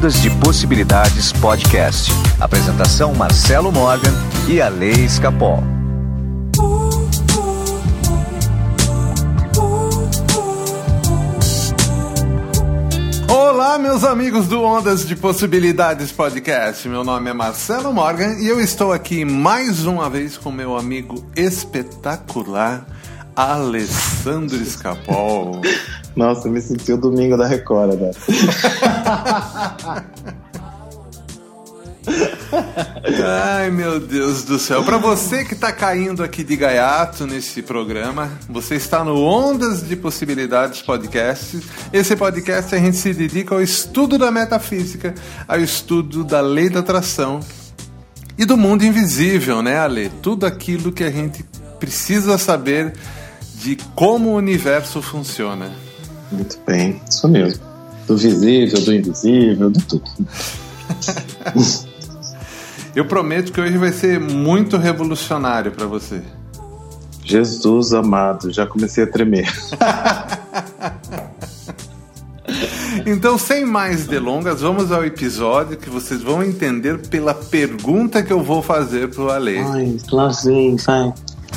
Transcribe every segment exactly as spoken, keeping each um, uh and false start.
Ondas de Possibilidades Podcast. Apresentação Marcelo Morgan e Ale Escapol. Olá, meus amigos do Ondas de Possibilidades Podcast. Meu nome é Marcelo Morgan e eu estou aqui mais uma vez com meu amigo espetacular, Alessandro Escapol. Nossa, eu me senti o domingo da Record, né? Ai, meu Deus do céu. Para você que está caindo aqui de gaiato nesse programa, você está no Ondas de Possibilidades Podcast. Esse podcast a gente se dedica ao estudo da metafísica, ao estudo da lei da atração e do mundo invisível, né, Ale? Tudo aquilo que a gente precisa saber de como o universo funciona. Muito bem, isso mesmo. Do visível, do invisível, de tudo. Eu prometo que hoje vai ser muito revolucionário para você. Jesus amado, já comecei a tremer. Então, sem mais delongas, vamos ao episódio que vocês vão entender pela pergunta que eu vou fazer pro Ale. Ai, lá vem, vai.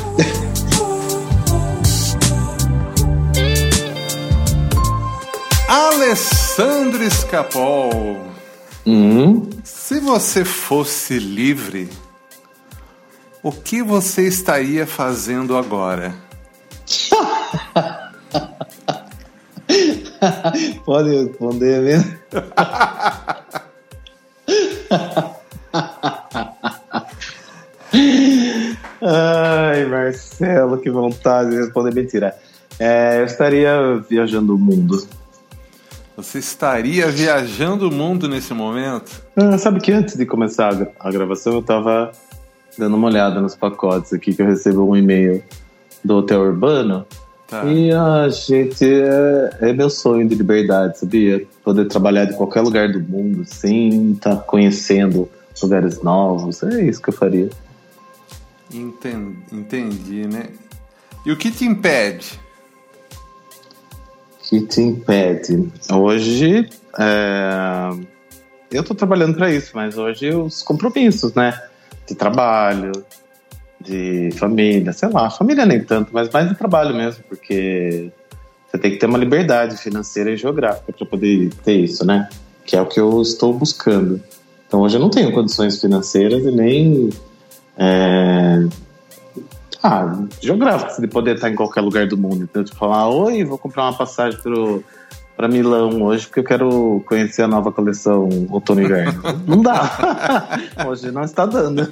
Alessandro Escapol, Hum? se você fosse livre, o que você estaria fazendo agora? Pode responder mesmo? Ai, Marcelo, que vontade de responder mentira. É, eu estaria viajando o mundo. Você estaria viajando o mundo nesse momento? Ah, sabe que antes de começar a, a gravação eu tava dando uma olhada nos pacotes aqui, que eu recebo um e-mail do Hotel Urbano. Tá. E, ah, gente, é, é meu sonho de liberdade, sabia? Poder trabalhar de qualquer lugar do mundo sem estar conhecendo lugares novos. É isso que eu faria. Entendi, entendi, né? E o que te impede? Que te impede? Hoje, é... eu tô trabalhando para isso, mas hoje os compromissos, né? De trabalho, de família, sei lá, família nem tanto, mas mais de trabalho mesmo, porque você tem que ter uma liberdade financeira e geográfica para poder ter isso, né? Que é o que eu estou buscando. Então hoje eu não tenho condições financeiras e nem é... ah, geográficas, de poder estar em qualquer lugar do mundo. Então, tipo, falar, oi, vou comprar uma passagem pro, pra Milão hoje porque eu quero conhecer a nova coleção outono e inverno. Não dá. Hoje não está dando.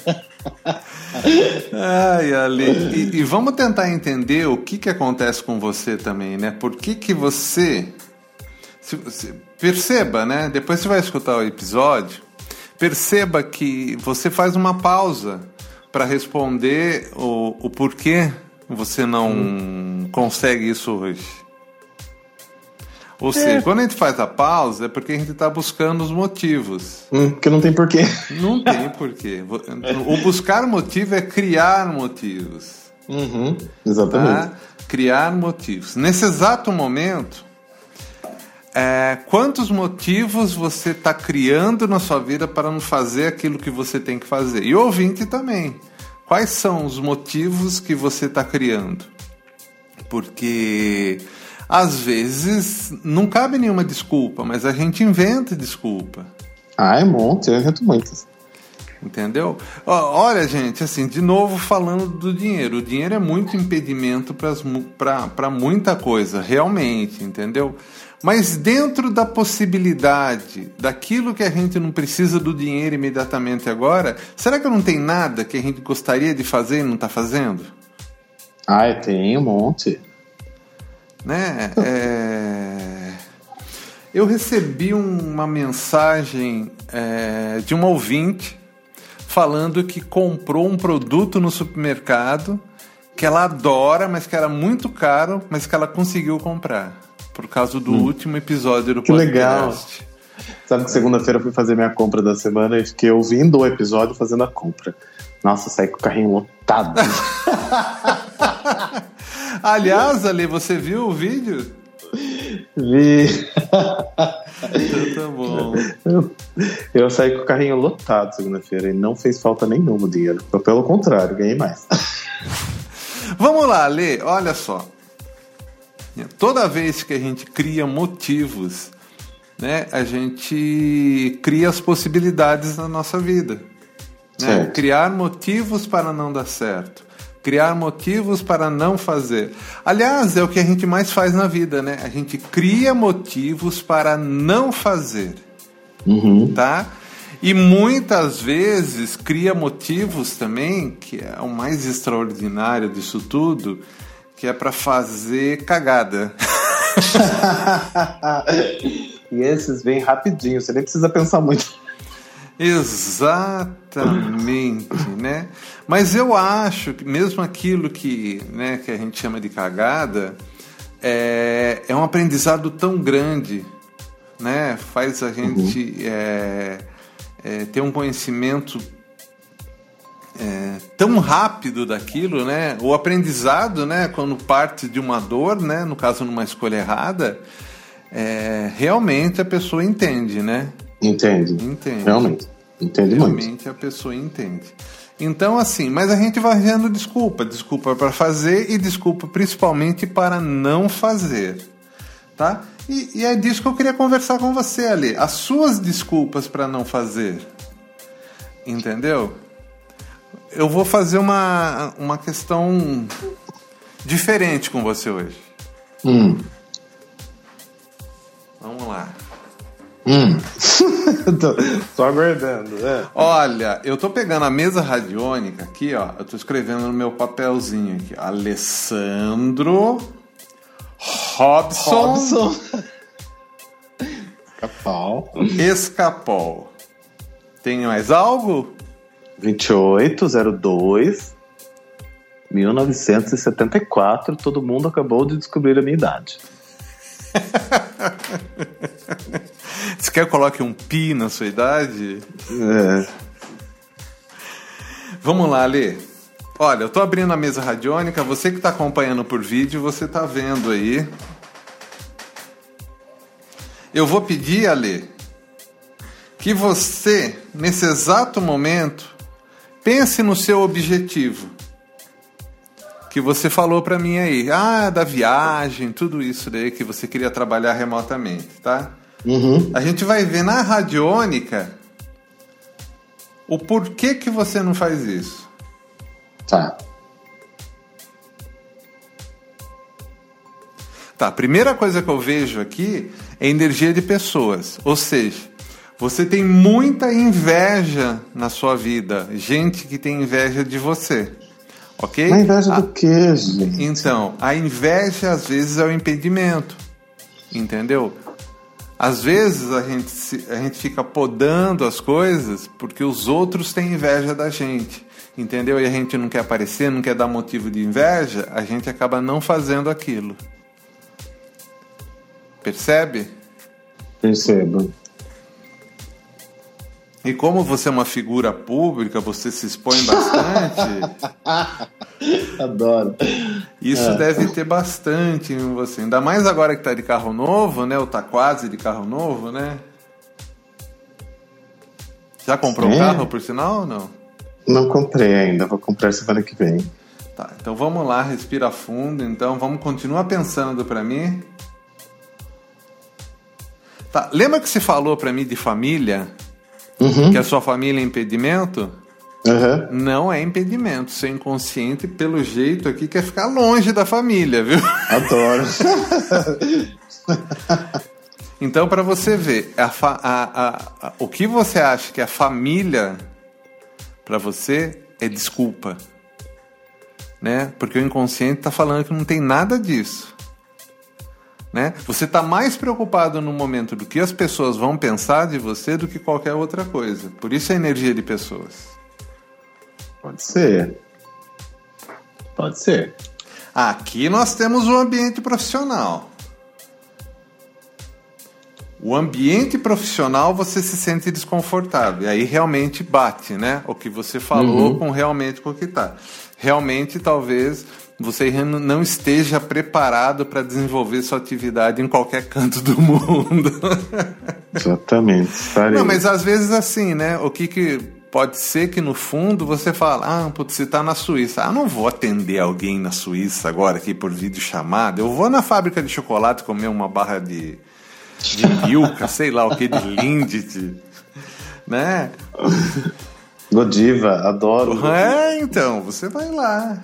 Ai, Ali, e, e vamos tentar entender o que, que acontece com você também, né? Por que que você... Se, se, perceba, né? Depois você vai escutar o episódio, perceba que você faz uma pausa para responder o, o porquê você não hum. consegue isso hoje. Ou é. seja, quando a gente faz a pausa é porque a gente está buscando os motivos. Hum, porque não tem porquê. Não tem porquê. O buscar motivo é criar motivos. Uhum, exatamente. Tá? Criar motivos. Nesse exato momento, é, quantos motivos você está criando na sua vida para não fazer aquilo que você tem que fazer? E o ouvinte também. Quais são os motivos que você está criando? Porque às vezes não cabe nenhuma desculpa, mas a gente inventa desculpa. Ah, é um monte, eu invento muitas. Entendeu? Olha, gente, assim, de novo falando do dinheiro. O dinheiro é muito impedimento para muita coisa, realmente, entendeu? Mas dentro da possibilidade daquilo que a gente não precisa do dinheiro imediatamente agora, será que não tem nada que a gente gostaria de fazer e não está fazendo? Ah, tem um monte. Né? É... Eu recebi uma mensagem é, de um ouvinte falando que comprou um produto no supermercado que ela adora, mas que era muito caro, mas que ela conseguiu comprar. Por causa do hum. último episódio do que podcast. Legal. Sabe que segunda-feira eu fui fazer minha compra da semana e fiquei ouvindo o episódio fazendo a compra. Nossa, saí com o carrinho lotado. Aliás, Ali, você viu o vídeo? Vi. Então tá bom. Eu, eu saí com o carrinho lotado segunda-feira e não fez falta nenhuma o dinheiro. Pelo contrário, ganhei mais. Vamos lá, Lê, olha só. Toda vez que a gente cria motivos, né, a gente cria as possibilidades na nossa vida. Né? Criar motivos para não dar certo. Criar motivos para não fazer. Aliás, é o que a gente mais faz na vida, né? A gente cria motivos para não fazer. Uhum. Tá? E muitas vezes cria motivos também, que é o mais extraordinário disso tudo, que é para fazer cagada. E esses vêm rapidinho, você nem precisa pensar muito. Exatamente, né? Mas eu acho que mesmo aquilo que, né, que a gente chama de cagada é, é um aprendizado tão grande, né? Faz a gente uhum. é, é, ter um conhecimento é, tão rápido daquilo, né? O aprendizado, né, quando parte de uma dor, né, no caso numa escolha errada, é, realmente a pessoa entende, né? Entende. Entende. Realmente. Entende Realmente muito. a pessoa entende. Então, assim, mas a gente vai vendo desculpa. Desculpa para fazer e desculpa principalmente para não fazer. Tá? E, e é disso que eu queria conversar com você, Ali. As suas desculpas para não fazer. Entendeu? Eu vou fazer uma, uma questão diferente com você hoje. Hum. Vamos lá. Hum. tô, tô aguardando. É. Olha, eu tô pegando a mesa radiônica aqui, ó. Eu tô escrevendo no meu papelzinho aqui. Alessandro Robson, Robson. Escapol. Escapol. Tem mais algo? vinte e oito zero dois mil novecentos e setenta e quatro. Todo mundo acabou de descobrir a minha idade. Você quer que eu coloque um pi na sua idade? É. Vamos lá, Lê. Olha, eu tô abrindo a mesa radiônica. Você que tá acompanhando por vídeo, você tá vendo aí. Eu vou pedir, Lê, que você, nesse exato momento, pense no seu objetivo. Que você falou pra mim aí. Ah, da viagem, tudo isso daí que você queria trabalhar remotamente, tá? Uhum. A gente vai ver na radiônica o porquê que você não faz isso. Tá. Tá, a primeira coisa que eu vejo aqui é energia de pessoas. Ou seja, você tem muita inveja na sua vida. Gente que tem inveja de você. Ok? Mas inveja a... do quê, gente? Então, a inveja às vezes é o impedimento. Entendeu? Às vezes a gente, a gente fica podando as coisas porque os outros têm inveja da gente, entendeu? E a gente não quer aparecer, não quer dar motivo de inveja, a gente acaba não fazendo aquilo. Percebe? Percebo. E como você é uma figura pública, você se expõe bastante. Adoro. Isso é. deve ter bastante em você. Ainda mais agora que tá de carro novo, né? Ou tá quase de carro novo, né? Já comprou Sim. um carro, por sinal, ou não? Não comprei ainda, vou comprar semana que vem. Tá, então vamos lá, respira fundo. Então vamos continuar pensando pra mim. Tá, lembra que você falou pra mim de família? Uhum. Que a sua família é impedimento? Uhum. Não é impedimento. Seu inconsciente, pelo jeito aqui, quer ficar longe da família, viu? Adoro. Então, para você ver, a fa- a, a, a, o que você acha que é família para você é desculpa. Né? Porque o inconsciente está falando que não tem nada disso. Né? Você está mais preocupado no momento do que as pessoas vão pensar de você do que qualquer outra coisa. Por isso é energia de pessoas. Pode ser. Pode ser. Aqui nós temos o ambiente profissional. O ambiente profissional você se sente desconfortável. E aí realmente bate, né? O que você falou uhum. com realmente com o que está. Realmente, talvez, você não esteja preparado para desenvolver sua atividade em qualquer canto do mundo. Exatamente. Estarei. Não, mas às vezes assim, né? O que que pode ser que no fundo você fala, ah, putz, você tá na Suíça. Ah, não vou atender alguém na Suíça agora aqui por videochamada. Eu vou na fábrica de chocolate comer uma barra de, de Milka, sei lá o que, de Lindt, né? Godiva, adoro. É, então, você vai lá.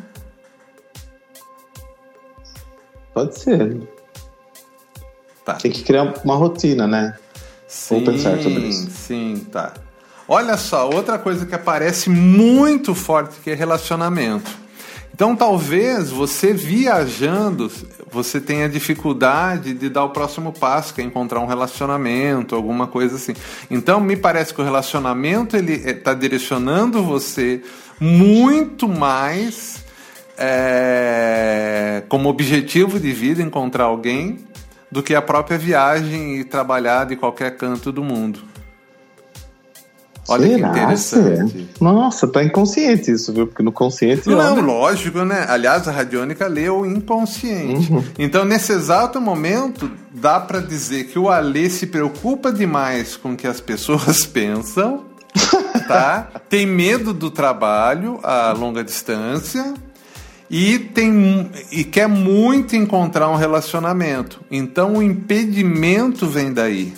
Pode ser. Tá. Tem que criar uma rotina, né? Sim, Vou pensar sobre isso. Sim, tá. Olha só, outra coisa que aparece muito forte que é relacionamento. Então, talvez você viajando, você tenha dificuldade de dar o próximo passo, que é encontrar um relacionamento, alguma coisa assim. Então, me parece que o relacionamento ele está direcionando você muito mais é, como objetivo de vida encontrar alguém do que a própria viagem e trabalhar de qualquer canto do mundo. Olha Será? que interessante. Será? Nossa, tá inconsciente isso, viu? Porque no consciente... Não, olha... lógico, né? Aliás, a Radiônica leu inconsciente. Uhum. Então, nesse exato momento, dá para dizer que o Alê se preocupa demais com o que as pessoas pensam, tá? Tem medo do trabalho a longa distância e, tem, e quer muito encontrar um relacionamento. Então, o impedimento vem daí.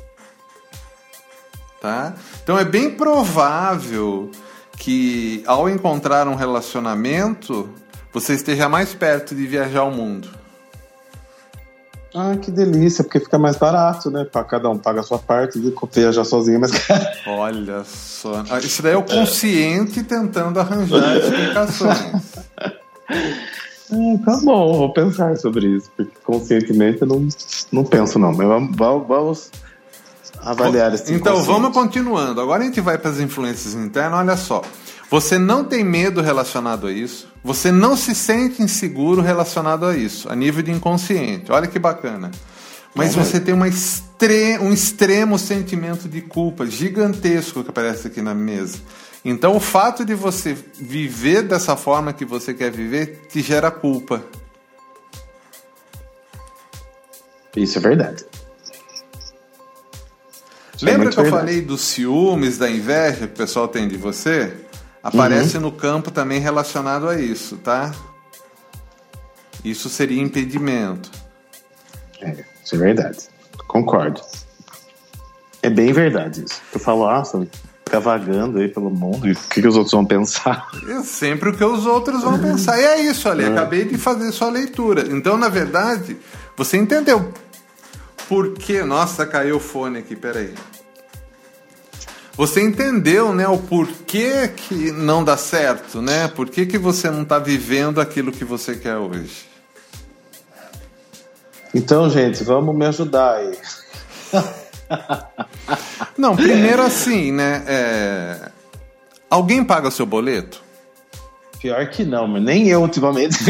Tá? Então é bem provável que ao encontrar um relacionamento você esteja mais perto de viajar ao mundo. Ah, que delícia, porque fica mais barato, né? Pra cada um paga a sua parte de viajar sozinho, mas... Olha só, isso daí é o consciente tentando arranjar explicações. Ah, tá bom, vou pensar sobre isso, porque conscientemente eu não, não penso não, mas vamos... vamos... avaliar esse Então conceito. Vamos continuando. Agora a gente vai para as influências internas. Olha só, você não tem medo relacionado a isso, você não se sente inseguro relacionado a isso, a nível de inconsciente. Olha que bacana. Mas é você tem uma extre- um extremo sentimento de culpa gigantesco que aparece aqui na mesa. Então o fato de você viver dessa forma que você quer viver te gera culpa. Isso é verdade. Lembra é que eu verdade. falei dos ciúmes, da inveja que o pessoal tem de você? Aparece uhum. no campo também relacionado a isso, tá? Isso seria impedimento. É, isso é verdade. Concordo. É bem verdade isso. Eu falo, ah, você fica vagando aí pelo mundo e o que, que os outros vão pensar? É sempre o que os outros vão pensar. E é isso, olha, acabei de fazer sua leitura. Então, na verdade, você entendeu. Por que? Nossa, caiu o fone aqui, peraí. Você entendeu, né, o porquê que não dá certo, né? Por que que você não está vivendo aquilo que você quer hoje? Então, gente, vamos me ajudar aí. Não, primeiro assim, né? É... Alguém paga o seu boleto? Pior que não, mas nem eu ultimamente.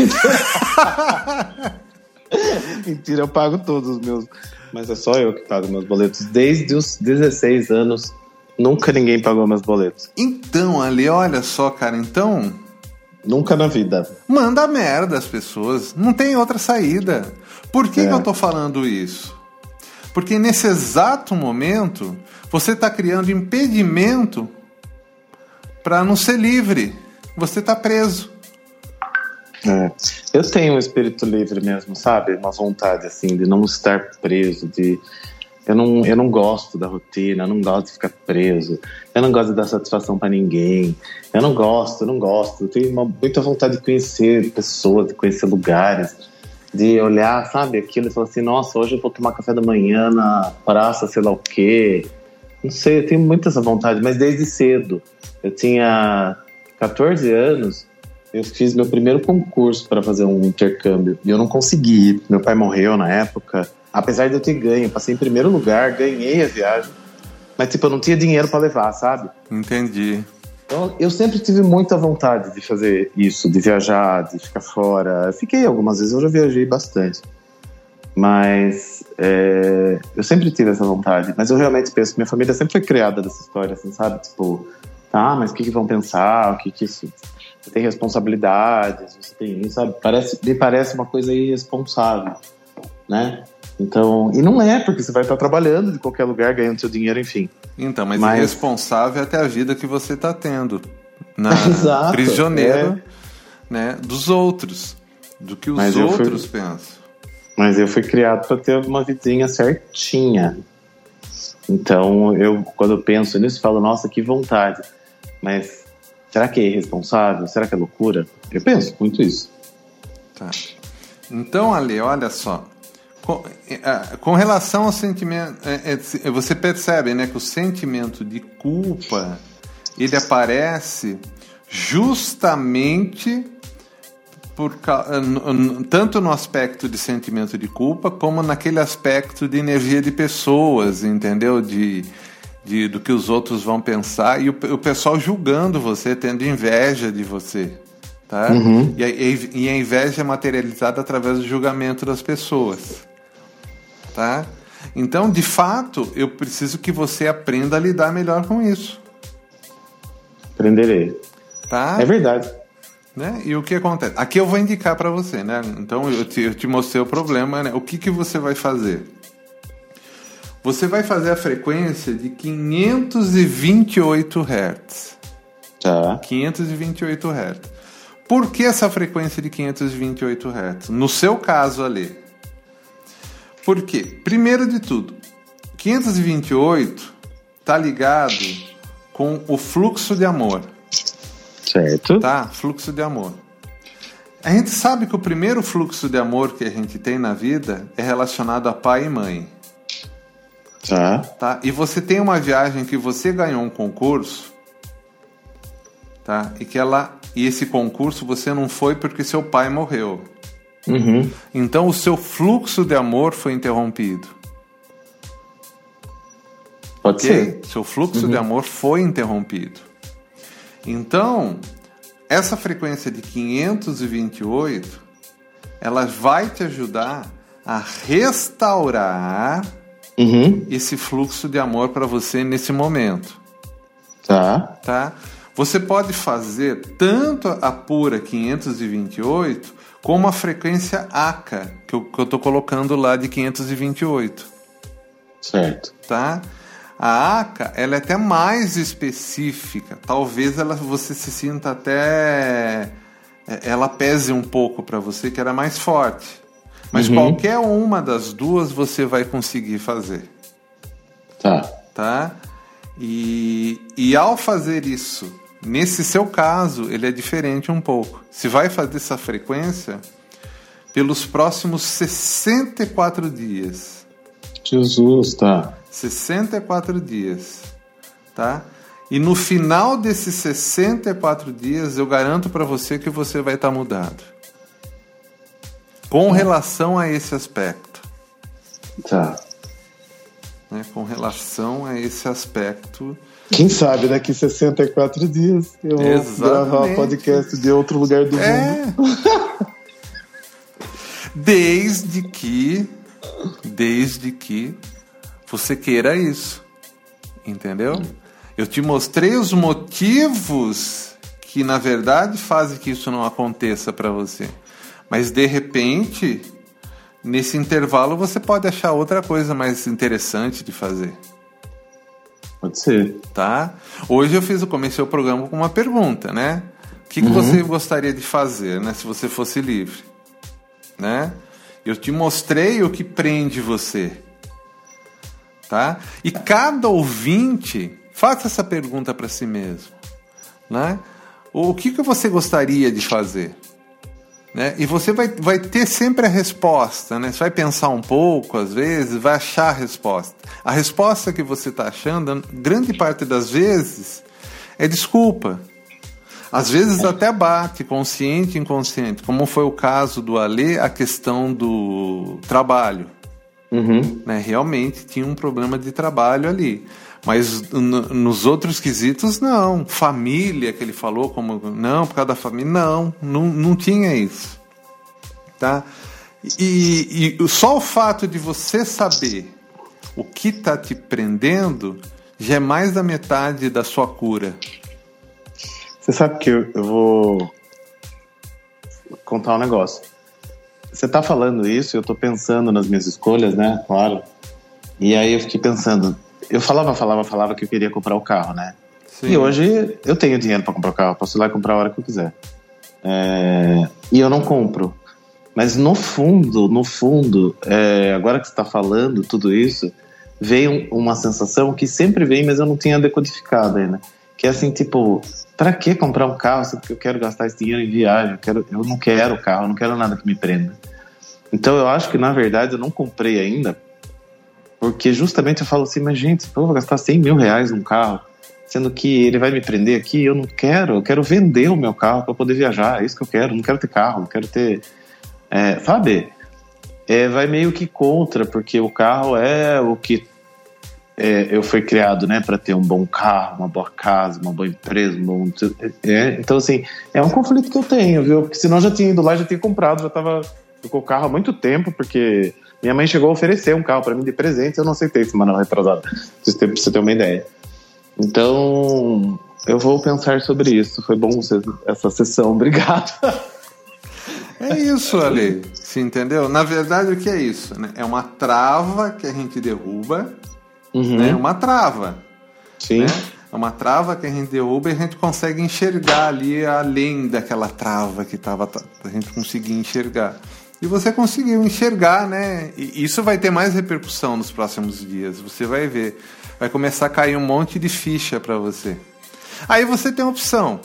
Mentira, eu pago todos os meus... Mas é só eu que pago meus boletos. Desde os dezesseis anos, nunca ninguém pagou meus boletos. Então, Ali, olha só, cara, então... Nunca na vida. Manda merda as pessoas. Não tem outra saída. Por que, é. que eu tô falando isso? Porque nesse exato momento, você está criando impedimento para não ser livre. Você está preso. É. Eu tenho um espírito livre mesmo, sabe? Uma vontade assim de não estar preso, de eu não, eu não gosto da rotina, eu não gosto de ficar preso, eu não gosto de dar satisfação para ninguém, eu não gosto, eu não gosto, eu tenho uma, muita vontade de conhecer pessoas, de conhecer lugares, de olhar, sabe, aquilo e falar assim, nossa, hoje eu vou tomar café da manhã na praça, sei lá o quê. Não sei, eu tenho muita essa vontade, mas desde cedo. Eu tinha catorze anos, eu fiz meu primeiro concurso para fazer um intercâmbio e eu não consegui ir. Meu pai morreu na época, apesar de eu ter ganho, passei em primeiro lugar, ganhei a viagem, mas tipo, eu não tinha dinheiro para levar, sabe? Entendi. Então, eu sempre tive muita vontade de fazer isso, de viajar, de ficar fora. Eu fiquei algumas vezes, eu já viajei bastante, mas é, eu sempre tive essa vontade. Mas eu realmente penso que minha família sempre foi criada dessa história, assim, sabe? Tipo, tá, mas o que, que vão pensar? O que que isso... você tem responsabilidades, você tem, sabe? Parece, me parece uma coisa irresponsável, né? Então, e não é, porque você vai estar trabalhando de qualquer lugar, ganhando seu dinheiro, enfim. Então, mas, mas... irresponsável é até a vida que você está tendo. Na... Exato, prisioneiro, é. né, dos outros, do que os mas outros fui... pensam. Mas eu fui criado para ter uma vidinha certinha. Então, eu, quando eu penso nisso, falo, nossa, que vontade. Mas será que é irresponsável? Será que é loucura? Eu penso muito isso. Tá. Então, Ale, olha só. Com, é, com relação ao sentimento, é, é, você percebe, né, que o sentimento de culpa, ele aparece justamente por, tanto no aspecto de sentimento de culpa, como naquele aspecto de energia de pessoas, entendeu? De, de, do que os outros vão pensar, e o, o pessoal julgando você, tendo inveja de você. Tá? Uhum. E, a, e a inveja é materializada através do julgamento das pessoas. Tá? Então, de fato, eu preciso que você aprenda a lidar melhor com isso. Aprenderei. Tá? É verdade. Né? E o que acontece? Aqui eu vou indicar para você, né? Então eu te, eu te mostrei o problema, né? O que, que você vai fazer? Você vai fazer a frequência de quinhentos e vinte e oito hertz. Tá. quinhentos e vinte e oito hertz. Por que essa frequência de quinhentos e vinte e oito hertz? No seu caso ali. Por quê? Primeiro de tudo, quinhentos e vinte e oito está ligado com o fluxo de amor. Certo. Tá? Fluxo de amor. A gente sabe que o primeiro fluxo de amor que a gente tem na vida é relacionado a pai e mãe. Tá. Tá? E você tem uma viagem que você ganhou um concurso, tá? E que ela e esse concurso você não foi porque seu pai morreu. Uhum. Então o seu fluxo de amor foi interrompido. Pode Okay? ser. Seu fluxo uhum. de amor foi interrompido. Então, essa frequência de quinhentos e vinte e oito, ela vai te ajudar a restaurar uhum. esse fluxo de amor para você nesse momento. Tá. Tá? Você pode fazer tanto a pura quinhentos e vinte e oito como a frequência A C A, que eu, que eu tô colocando lá de quinhentos e vinte e oito. Certo. Tá? A A C A, ela é até mais específica. Talvez ela, você se sinta até... Ela pese um pouco para você, que era mais forte. Mas uhum. qualquer uma das duas você vai conseguir fazer. Tá. Tá? E, e ao fazer isso, nesse seu caso, ele é diferente um pouco. Você vai fazer essa frequência pelos próximos sessenta e quatro dias. Jesus, tá. sessenta e quatro dias, tá? E no final desses sessenta e quatro dias, eu garanto para você que você vai estar mudado. Com relação a esse aspecto. Tá. Né? Com relação a esse aspecto. Quem sabe daqui sessenta e quatro dias eu vou Exatamente. gravar um podcast de outro lugar do é. mundo. Desde que, desde que você queira isso, entendeu? Eu te mostrei os motivos que, na verdade, fazem que isso não aconteça para você. Mas, de repente, nesse intervalo, você pode achar outra coisa mais interessante de fazer. Pode ser. Tá? Hoje eu fiz, eu comecei o programa com uma pergunta, né? O que, que uhum. você gostaria de fazer, né, se você fosse livre? Né? Eu te mostrei o que prende você. Tá? E cada ouvinte faça essa pergunta para si mesmo, né? O que, que você gostaria de fazer? Né? E você vai, vai ter sempre a resposta, né? Você vai pensar um pouco, às vezes, vai achar a resposta. A resposta que você está achando, grande parte das vezes, é desculpa. Às vezes até bate, consciente e inconsciente, como foi o caso do Alê, a questão do trabalho. Uhum. Né? Realmente tinha um problema de trabalho ali. Mas n- nos outros quesitos, não. Família, que ele falou, como não, por causa da família, não, não, não tinha isso. Tá? E, e só o fato de você saber o que está te prendendo já é mais da metade da sua cura. Você sabe que eu, eu vou contar um negócio. Você tá falando isso, eu tô pensando nas minhas escolhas, né? Claro. E aí eu fiquei pensando, eu falava, falava, falava que eu queria comprar o carro, né? Sim. E hoje eu tenho dinheiro para comprar o carro, posso ir lá e comprar a hora que eu quiser. É... E eu não compro. Mas no fundo, no fundo, é... agora que você está falando tudo isso, veio uma sensação que sempre vem, mas eu não tinha decodificado ainda. Que é assim, tipo, para que comprar um carro se eu quero gastar esse dinheiro em viagem? Eu, quero, eu não quero carro, eu não quero nada que me prenda. Então eu acho que, na verdade, eu não comprei ainda, porque justamente eu falo assim, mas gente, eu vou gastar cem mil reais num carro, sendo que ele vai me prender aqui, eu não quero, eu quero vender o meu carro para poder viajar, é isso que eu quero, não quero ter carro, não quero ter... É, sabe? É, vai meio que contra, porque o carro é o que é, eu fui criado, né, para ter um bom carro, uma boa casa, uma boa empresa, um bom... É, então, assim, é um conflito que eu tenho, viu? Porque senão eu já tinha ido lá, já tinha comprado, já tava com o carro há muito tempo, porque minha mãe chegou a oferecer um carro para mim de presente, eu não aceitei semana retrasada, pra você ter uma ideia. Então, eu vou pensar sobre isso. Foi bom você, essa sessão, obrigado. É isso, Ale, você entendeu? Na verdade, o que é isso? Né? É uma trava que a gente derruba, uhum. né? Uma trava. Sim. Né? É uma trava que a gente derruba e a gente consegue enxergar ali além daquela trava que estava, a gente conseguir enxergar. E você conseguiu enxergar, né? E isso vai ter mais repercussão nos próximos dias. Você vai ver. Vai começar a cair um monte de ficha para você. Aí você tem a opção.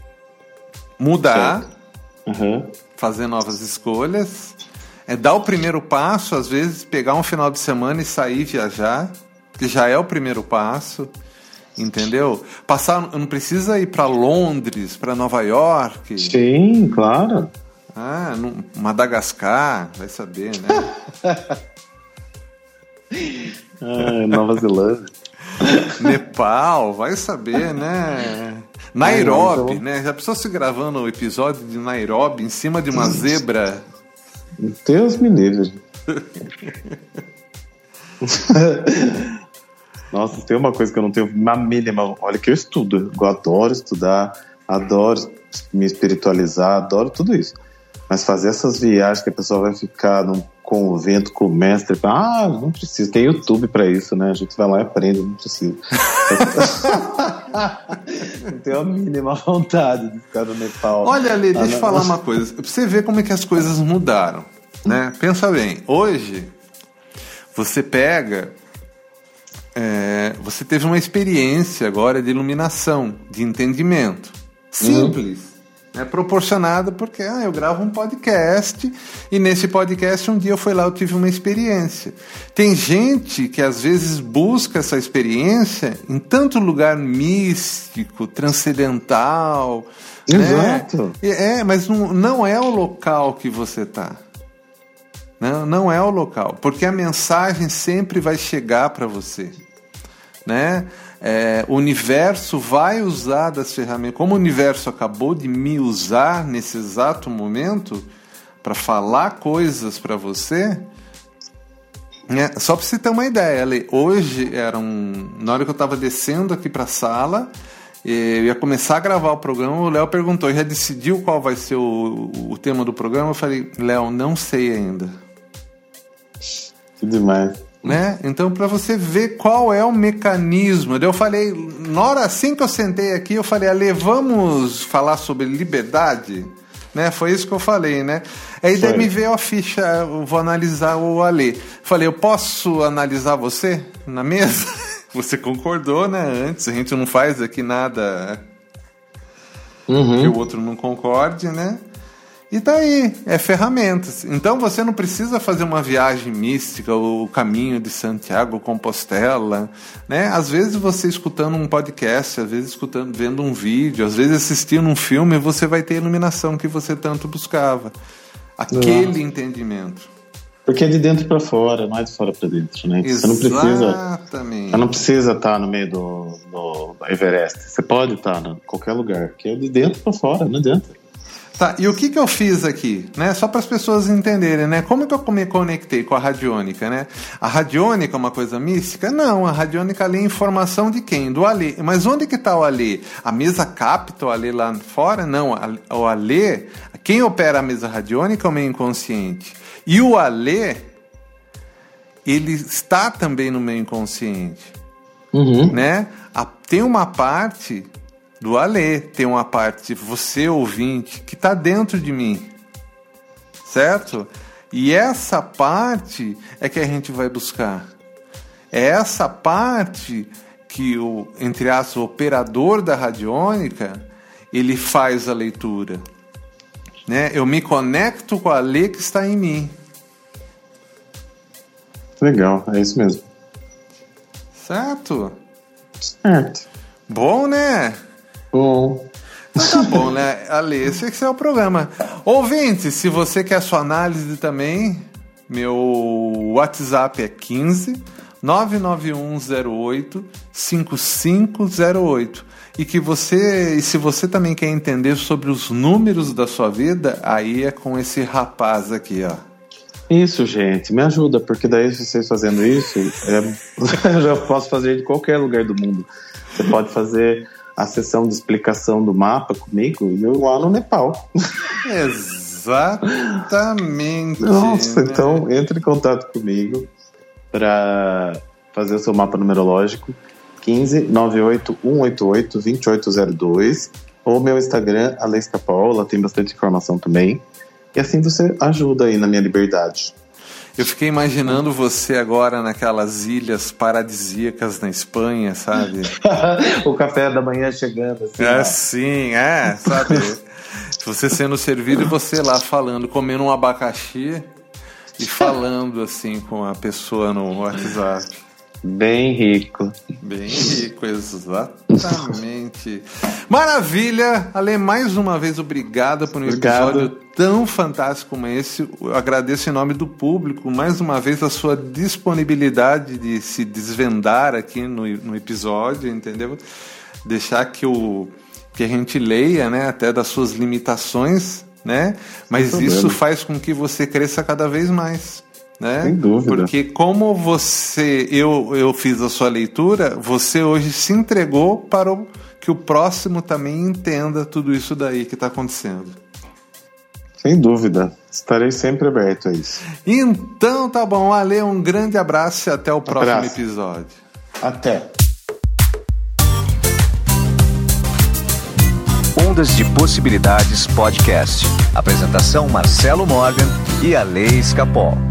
Mudar. Uhum. Fazer novas escolhas. É dar o primeiro passo, às vezes pegar um final de semana e sair viajar. Que já é o primeiro passo. Entendeu? Passar, não precisa ir para Londres, para Nova York. Sim, claro. Ah, no Madagascar, vai saber, né? ah, Nova Zelândia. Nepal, vai saber, né? Nairobi, então... né? Já pensou se gravando o episódio de Nairobi em cima de uma zebra? Deus me livre. Nossa, tem uma coisa que eu não tenho uma mínima. Olha que eu estudo, eu adoro estudar, adoro me espiritualizar, adoro tudo isso. Mas fazer essas viagens que a pessoa vai ficar num convento com o mestre, ah, não precisa, tem YouTube pra isso, né? A gente vai lá e aprende, não precisa. Não tenho a mínima vontade de ficar no Nepal. Olha, Ali, deixa eu ah, falar uma coisa. Pra você ver como é que as coisas mudaram, né? Pensa bem, hoje você pega... É, você teve uma experiência agora de iluminação, de entendimento. Simples. Uhum. É proporcionado porque ah, eu gravo um podcast e nesse podcast um dia eu fui lá, eu tive uma experiência. Tem gente que às vezes busca essa experiência em tanto lugar místico, transcendental. Exato. Né? É, mas não, não é o local que você está. Não, não é o local. Porque a mensagem sempre vai chegar para você. Né? É, o universo vai usar das ferramentas. Como o universo acabou de me usar nesse exato momento para falar coisas para você, né? Só para você ter uma ideia, Ale, hoje era um, na hora que eu estava descendo aqui para a sala, eu ia começar a gravar o programa, o Léo perguntou, já decidiu qual vai ser o, o tema do programa? Eu falei, Léo, não sei ainda. Que demais. Né? Então, para você ver qual é o mecanismo. Eu falei, na hora assim que eu sentei aqui, eu falei, Ale, vamos falar sobre liberdade? Né? Foi isso que eu falei, né? Aí daí me veio a ficha, eu vou analisar o Ale. Falei, eu posso analisar você na mesa? Você concordou, né? Antes, a gente não faz aqui nada uhum. que o outro não concorde, né? E tá aí, é ferramentas. Então você não precisa fazer uma viagem mística, o caminho de Santiago, Compostela, né? Às vezes você escutando um podcast, às vezes escutando, vendo um vídeo, às vezes assistindo um filme, você vai ter a iluminação que você tanto buscava. Aquele Nossa. entendimento. Porque é de dentro para fora, não é de fora para dentro, né? Você não precisa, Exatamente. Você não precisa estar no meio do, do Everest. Você pode estar em qualquer lugar, porque é de dentro para fora, não adianta. Tá, e o que que eu fiz aqui, né? Só para as pessoas entenderem, né? Como que eu me conectei com a radiônica, né? A radiônica é uma coisa mística? Não, a radiônica lê informação de quem? Do Alê. Mas onde que está o Alê? A mesa capta o Alê lá fora? Não, o Alê, quem opera a mesa radiônica é o meu inconsciente. E o Alê, ele está também no meu inconsciente, Uhum. né? A, tem uma parte do Alê, tem uma parte, você ouvinte, que está dentro de mim, certo? E essa parte é que a gente vai buscar. É essa parte que o, entre aspas, o operador da radiônica, ele faz a leitura, né? Eu me conecto com o Alê que está em mim. Legal, é isso mesmo. Certo? Certo. Bom, né? Bom. Então tá bom, né? Ale, esse aqui é o programa. Ouvinte, se você quer sua análise também, meu WhatsApp é quinze nove nove um zero oito cinco cinco zero oito. E que você, e se você também quer entender sobre os números da sua vida, aí é com esse rapaz aqui, ó. Isso, gente, me ajuda, porque daí vocês fazendo isso, é, eu já posso fazer de qualquer lugar do mundo. Você pode fazer a sessão de explicação do mapa comigo e eu lá no Nepal. Exatamente. Nossa, né? Então entre em contato comigo para fazer o seu mapa numerológico. quinze nove oito um oito oito dois oito zero dois ou meu Instagram, Ale Escapol, lá tem bastante informação também. E assim você ajuda aí na minha liberdade. Eu fiquei imaginando você agora naquelas ilhas paradisíacas na Espanha, sabe? O café da manhã chegando. Assim, é, ó. sim, é, sabe? Você sendo servido e você lá falando, comendo um abacaxi e falando assim com a pessoa no WhatsApp. Bem rico. Bem rico, exatamente. Maravilha! Ale, mais uma vez, obrigado por um Obrigado. episódio tão fantástico como esse. Eu agradeço em nome do público, mais uma vez, a sua disponibilidade de se desvendar aqui no, no episódio, entendeu? Deixar que, o, que a gente leia, né, até das suas limitações, né? Mas Sem isso problema. faz com que você cresça cada vez mais. Né? Sem dúvida. Porque como você eu, eu fiz a sua leitura, você hoje se entregou para o, que o próximo também entenda tudo isso daí que está acontecendo. Sem dúvida. Estarei sempre aberto a isso. Então tá bom, Ale, um grande abraço e até o próximo Abraço. episódio. Até. Ondas de Possibilidades Podcast. Apresentação Marcelo Morgan e Ale Escapol.